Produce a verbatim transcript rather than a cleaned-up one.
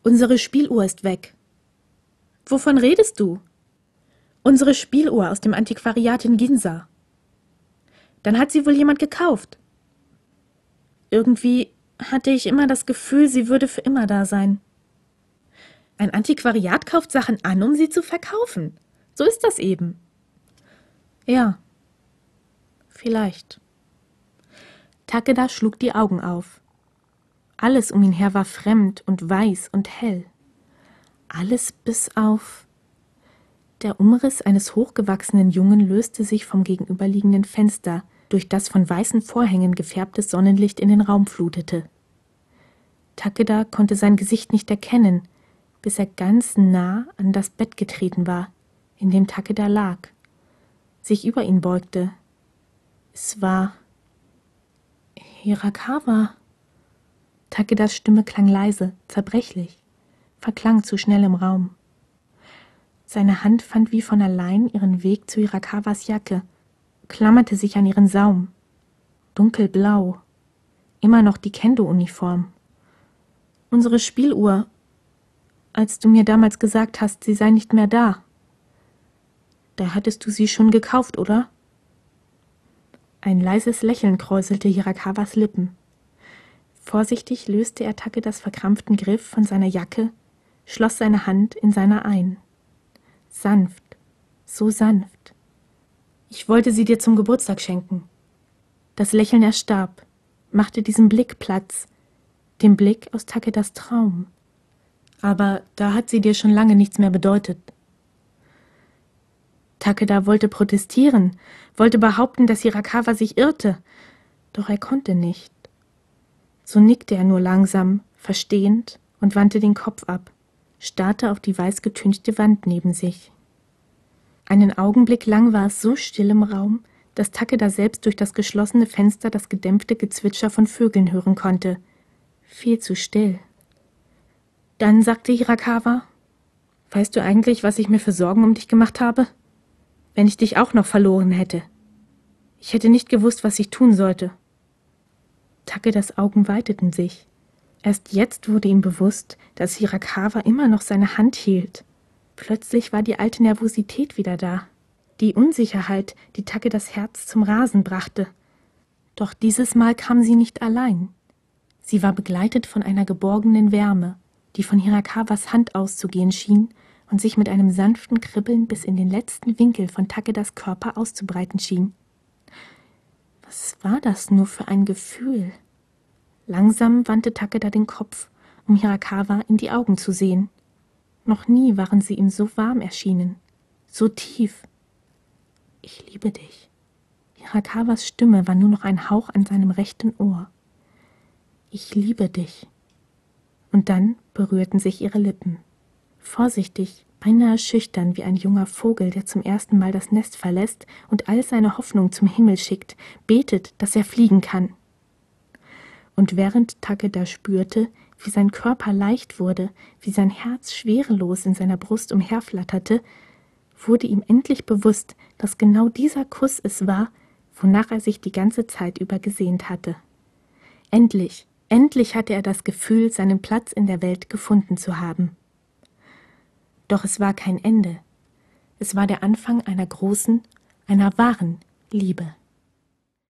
Unsere Spieluhr ist weg. Wovon redest du? Unsere Spieluhr aus dem Antiquariat in Ginza. Dann hat sie wohl jemand gekauft. Irgendwie hatte ich immer das Gefühl, sie würde für immer da sein. Ein Antiquariat kauft Sachen an, um sie zu verkaufen. So ist das eben. Ja, vielleicht. Takeda schlug die Augen auf. Alles um ihn her war fremd und weiß und hell. Alles bis auf... Der Umriss eines hochgewachsenen Jungen löste sich vom gegenüberliegenden Fenster, durch das von weißen Vorhängen gefärbtes Sonnenlicht in den Raum flutete. Takeda konnte sein Gesicht nicht erkennen, bis er ganz nah an das Bett getreten war, in dem Takeda lag, sich über ihn beugte. Es war Hirakawa. Takedas Stimme klang leise, zerbrechlich, verklang zu schnell im Raum. Seine Hand fand wie von allein ihren Weg zu Hirakawas Jacke, klammerte sich an ihren Saum. Dunkelblau. Immer noch die Kendo-Uniform. Unsere Spieluhr, als du mir damals gesagt hast, sie sei nicht mehr da. Da hattest du sie schon gekauft, oder? Ein leises Lächeln kräuselte Hirakawas Lippen. Vorsichtig löste er Takedas verkrampften Griff von seiner Jacke, schloss seine Hand in seiner ein. Sanft, so sanft. Ich wollte sie dir zum Geburtstag schenken. Das Lächeln erstarb, machte diesem Blick Platz, dem Blick aus Takedas Traum. Aber da hat sie dir schon lange nichts mehr bedeutet. Takeda wollte protestieren, wollte behaupten, dass Hirakawa sich irrte, doch er konnte nicht. So nickte er nur langsam, verstehend, und wandte den Kopf ab, starrte auf die weiß getünchte Wand neben sich. Einen Augenblick lang war es so still im Raum, dass Takeda selbst durch das geschlossene Fenster das gedämpfte Gezwitscher von Vögeln hören konnte. Viel zu still. Dann sagte Hirakawa, weißt du eigentlich, was ich mir für Sorgen um dich gemacht habe? Wenn ich dich auch noch verloren hätte. Ich hätte nicht gewusst, was ich tun sollte. Takedas Augen weiteten sich. Erst jetzt wurde ihm bewusst, dass Hirakawa immer noch seine Hand hielt. Plötzlich war die alte Nervosität wieder da. Die Unsicherheit, die Takedas Herz zum Rasen brachte. Doch dieses Mal kam sie nicht allein. Sie war begleitet von einer geborgenen Wärme, die von Hirakawas Hand auszugehen schien und sich mit einem sanften Kribbeln bis in den letzten Winkel von Takedas Körper auszubreiten schien. Was war das nur für ein Gefühl? Langsam wandte Takeda den Kopf, um Hirakawa in die Augen zu sehen. Noch nie waren sie ihm so warm erschienen, so tief. Ich liebe dich. Hirakawas Stimme war nur noch ein Hauch an seinem rechten Ohr. Ich liebe dich. Und dann berührten sich ihre Lippen. Vorsichtig, beinahe schüchtern wie ein junger Vogel, der zum ersten Mal das Nest verlässt und all seine Hoffnung zum Himmel schickt, betet, dass er fliegen kann. Und während Takeda spürte, wie sein Körper leicht wurde, wie sein Herz schwerelos in seiner Brust umherflatterte, wurde ihm endlich bewusst, dass genau dieser Kuss es war, wonach er sich die ganze Zeit über gesehnt hatte. Endlich, endlich hatte er das Gefühl, seinen Platz in der Welt gefunden zu haben. Doch es war kein Ende. Es war der Anfang einer großen, einer wahren Liebe.